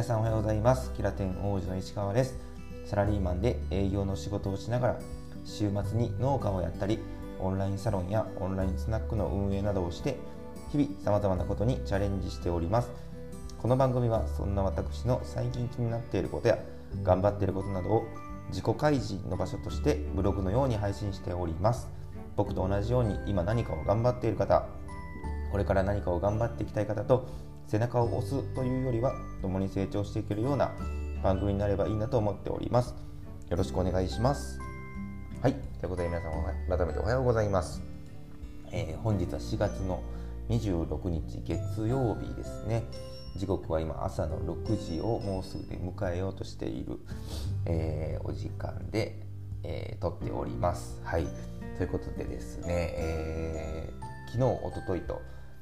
皆さんおはようございます。キラテン王子の石川です。サラリーマンで営業の仕事をしながら週末に農家をやったり、オンラインサロンやオンラインスナックの運営などをして日々さまざまなことにチャレンジしております。この番組はそんな私の最近気になっていることや頑張っていることなどを自己開示の場所としてブログのように配信しております。僕と同じように今何かを頑張っている方、これから何かを頑張っていきたい方と背中を押すというよりは共に成長していけるような番組になればいいなと思っております。よろしくお願いします。はい、ということで皆さん改めておはようございます。本日は4月の26日月曜日ですね。時刻は今朝の6時をもうすぐで迎えようとしている、お時間で、撮っております。はい、ということでですね、昨日おとといと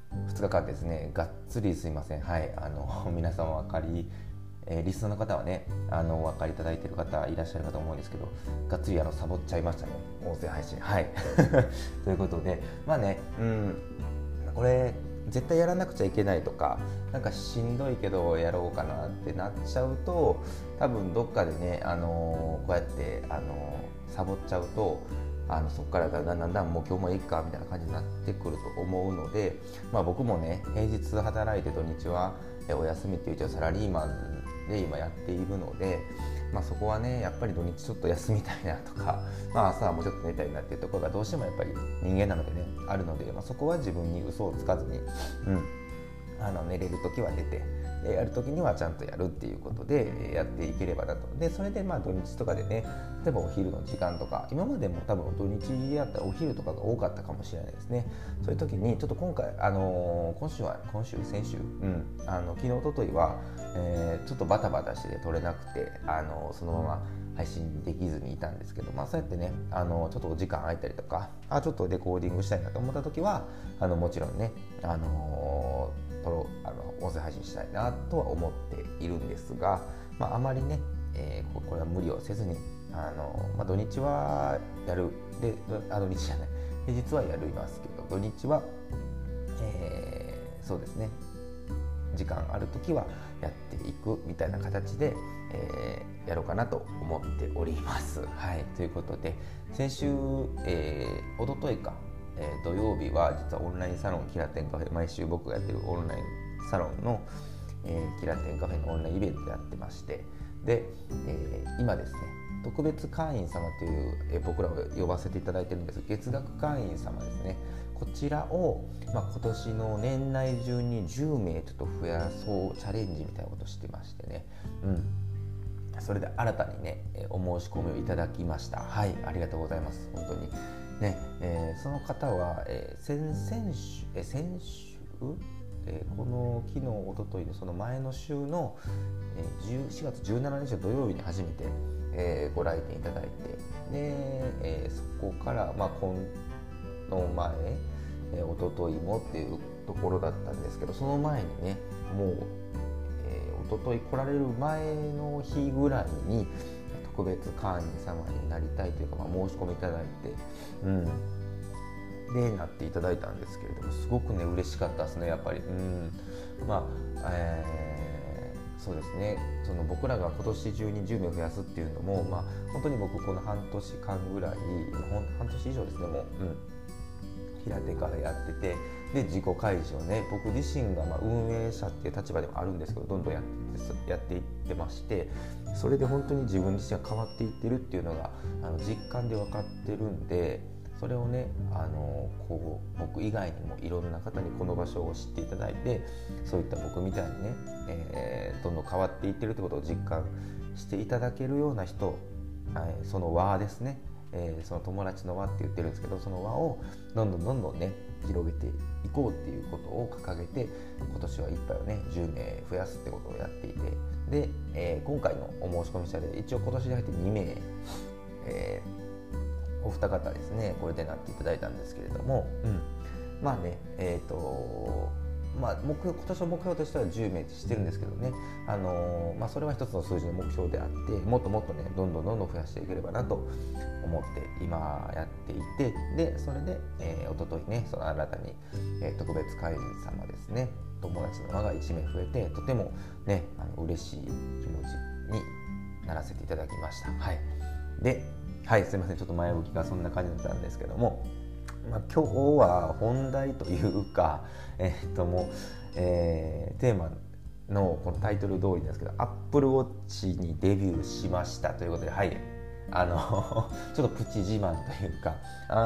2日間ですね、がっつりすいません、はい、皆さんお分かり、リスナーの方はねお分かりいただいている方いらっしゃるかと思うんですけど、がっつりサボっちゃいましたね、音声配信。はいということでまあね、これ絶対やらなくちゃいけないとか、なんかしんどいけどやろうかなってなっちゃうと、多分どっかでね、こうやってサボっちゃうとそこからだんだんもう今日もいいかみたいな感じになってくると思うので、僕もね平日働いて土日はお休みっていう一応サラリーマンで今やっているので、そこはねやっぱり土日ちょっと休みたいなとか、朝はもうちょっと寝たいなっていうところがどうしてもやっぱり人間なのでねあるので、そこは自分に嘘をつかずに、寝れる時は寝て、やる時にはちゃんとやるっていうことでやっていければなと。でそれで土日とかでね、例えばお昼の時間とか、今までも多分土日やったらお昼とかが多かったかもしれないですね。そういう時にちょっと今回先週、昨日おとといは、ちょっとバタバタして撮れなくてそのまま配信できずにいたんですけど、そうやってねちょっとお時間空いたりとか、ちょっとレコーディングしたいなと思った時はもちろんね音声配信したいなとは思っているんですが、あまりね、これは無理をせずに土日はやるで、土日じゃない平日はやりますけど、土日は、そうですね、時間ある時はやっていくみたいな形で、やろうかなと思っております。はい、ということで先週、おとといか、土曜日は実はオンラインサロンキラテンカフェ、毎週僕がやってるオンラインサロンの、キラテンカフェのオンラインイベントやってまして、で、今ですね特別会員様という、僕らを呼ばせていただいてるんです。月額会員様ですね。こちらを、今年の年内中に10名ちょっと増やそうチャレンジみたいなことしてましてね、それで新たにねお申し込みをいただきました。はい、ありがとうございます。本当にね、その方は、先週この昨日おとといのその前の週の、4月17日の土曜日に初めて、ご来店いただいて、で、そこから、今の前、おとといもっていうところだったんですけど、その前にねもう、おととい来られる前の日ぐらいに特別会員様になりたいというか、申し込みいただいて、でなっていただいたんですけれども、すごくね嬉しかったですね、やっぱり。そうですね、その僕らが今年中に10名増やすっていうのも、本当に僕この半年間ぐらい、半年以上ですねもう、キラテからやってて、で自己開示をね僕自身が運営者っていう立場でもあるんですけど、どんどんやっていってまして、それで本当に自分自身が変わっていってるっていうのが実感で分かってるんで、それをね僕以外にもいろんな方にこの場所を知っていただいて、そういった僕みたいにね、どんどん変わっていってるってことを実感していただけるような人、その輪ですね、その友達の輪って言ってるんですけど、その輪をどんどんね広げていこうっていうことを掲げて、今年は一杯をね10名増やすってことをやっていて、で、今回のお申し込み者で一応今年に入って2名、お二方ですねこれでなっていただいたんですけれども、 今年の目標としては10名ってしてるんですけどね、それは一つの数字の目標であって、もっともっとねどんどん増やしていければなと思って今やっていて、でそれで、一昨日ねその新たに、特別会員様ですね、友達の輪が1名増えて、とてもね嬉しい気持ちにならせていただきました。で、すいません、ちょっと前置きがそんな感じだったんですけども、今日は本題というか、もう、テーマのこのタイトル通りですけど、Apple Watch にデビューしましたということで、ちょっとプチ自慢というか、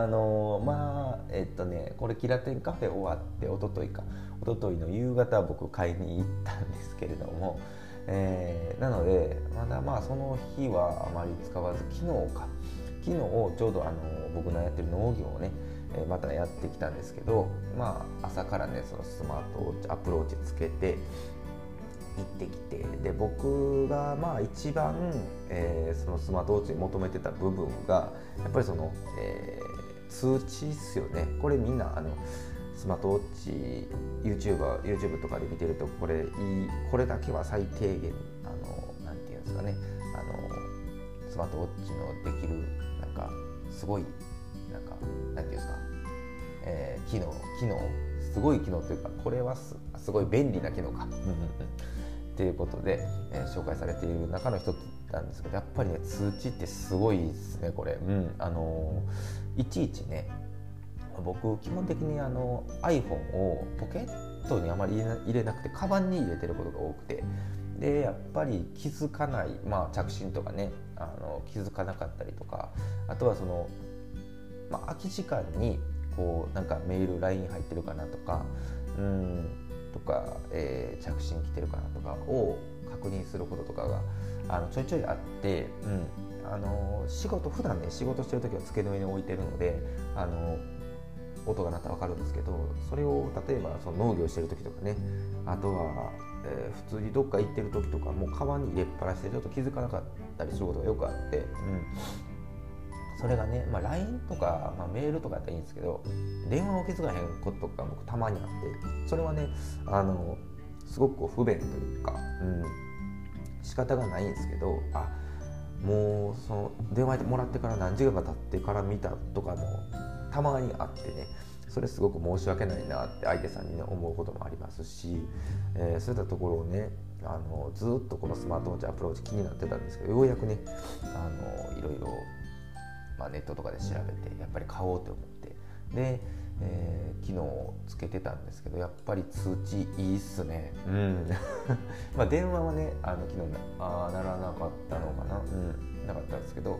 これキラテンカフェ終わって一昨日の夕方僕買いに行ったんですけれども、なのでまだその日はあまり使わず、昨日ちょうど僕のやってる農業をねまたやってきたんですけど、朝からねそのスマートウォッチアプローチつけて行ってきて、で僕が一番、そのスマートウォッチに求めてた部分がやっぱりその、通知ですよね。これみんなスマートウォッチ YouTube とかで見てるとこれだけは最低限なんていうんですかね、スマートウォッチのできるすごいなんていうんですか、機能すごい機能というか、これはすごい便利な機能かっていうことで、紹介されている中の一つなんですけど、やっぱりね通知ってすごいですねこれ。いちいちね、僕基本的にiPhone をポケットにあまり入れなくてカバンに入れてることが多くて、でやっぱり気づかない、着信とかね気づかなかったりとか、あとはその、空き時間にこうメール LINE 入ってるかなとか着信来てるかなとかを確認することとかがちょいちょいあって、普段ね仕事してる時は机の上に置いてるので音が鳴ったら分かるんですけど、それを例えばその農業してる時とかね、あとは、普通にどっか行ってる時とかもうカバンに入れっぱなしでちょっと気づかなかったりすることがよくあって、それがね、LINE とか、メールとかやったらいいんですけど、電話も気づかへんこととか僕たまにあって、それはねすごくこう不便というか、仕方がないんですけど、もうその電話もらってから何時間か経ってから見たとかもたまにあってね、それすごく申し訳ないなって相手さんにね思うこともありますし、そういったところをねずっとこのスマートウォッチアプローチ気になってたんですけど、ようやくねいろいろ、ネットとかで調べてやっぱり買おうと思って、で、昨日つけてたんですけど、やっぱり通知いいっすね。電話はね昨日ならなかったのかな、なかったんですけど、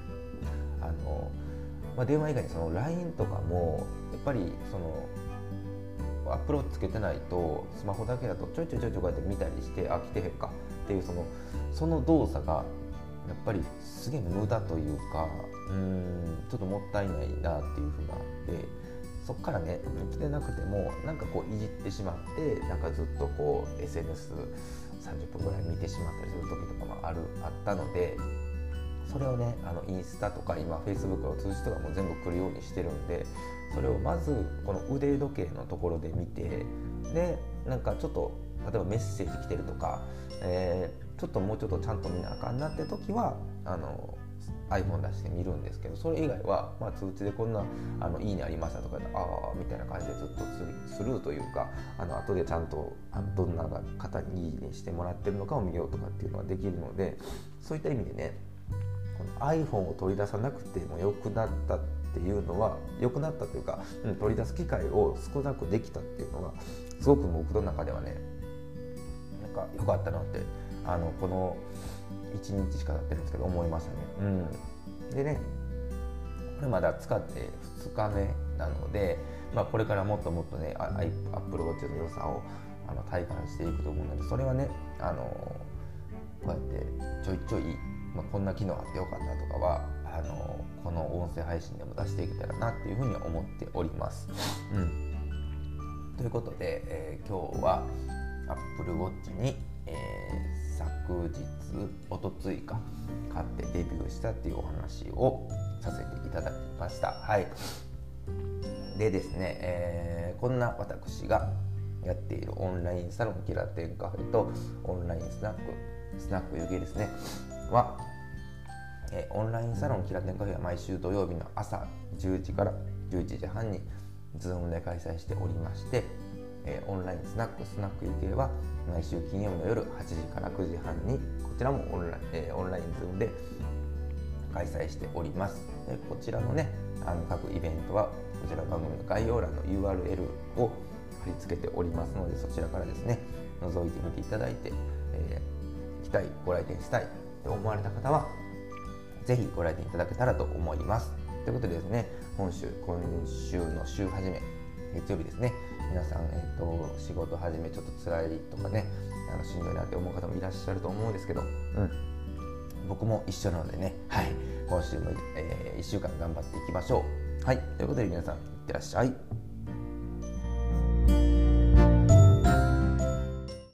電話以外にその LINE とかもやっぱりそのアップローチつけてないとスマホだけだとちょいちょいこうやって見たりして、来てへんかっていうその動作がやっぱりすげえ無駄というか、ちょっともったいないなっていうふうがあって、そっからね来てなくてもこういじってしまって、ずっとこう SNS30 分ぐらい見てしまったりする時とかもあったので、それをねインスタとか今 Facebook の通知とかも全部来るようにしてるんで、それをまずこの腕時計のところで見て、でちょっと例えばメッセージ来てるとか、ちょっともうちょっとちゃんと見なあかんなって時はiPhone 出して見るんですけど、それ以外は、通知でこんないいねありましたとかでみたいな感じでずっとスルーというか、後でちゃんとどんな方にいいねしてもらってるのかを見ようとかっていうのができるので、そういった意味でねこの iPhone を取り出さなくても良くなったっていうのは良くなったというか、取り出す機会を少なくできたっていうのがすごく僕の中ではね良かったなってこの1日しか経ってるんですけど思いましたね。でねこれまだ使って2日目なので、これからもっともっとねApple Watch の良さを体感していくと思うので、それはねこうやってちょいちょい、こんな機能あってよかったとかはこの音声配信でも出していけたらなっていうふうには思っております。ということで、今日は Apple Watch に、昨日おとついか買ってデビューしたっていうお話をさせていただきました。でですね、こんな私がやっているオンラインサロンキラテンカフェとオンラインスナック湯気ですねは、オンラインサロンキラテンカフェは毎週土曜日の朝10時から11時半にZoomで開催しておりまして、オンラインスナック湯気は毎週金曜日の夜8時から9時半にこちらもオンラインZoomで開催しております。こちらのね各イベントはこちら番組の概要欄の URL を貼り付けておりますので、そちらからですね覗いてみていただいて、ご来店したいと思われた方はぜひご来店いただけたらと思います。ということでですね、今週の週始め月曜日ですね、皆さん、仕事始めちょっと辛いとかねしんどいなって思う方もいらっしゃると思うんですけど、僕も一緒なのでね、今週も、1週間頑張っていきましょう。ということで皆さんいってらっしゃい。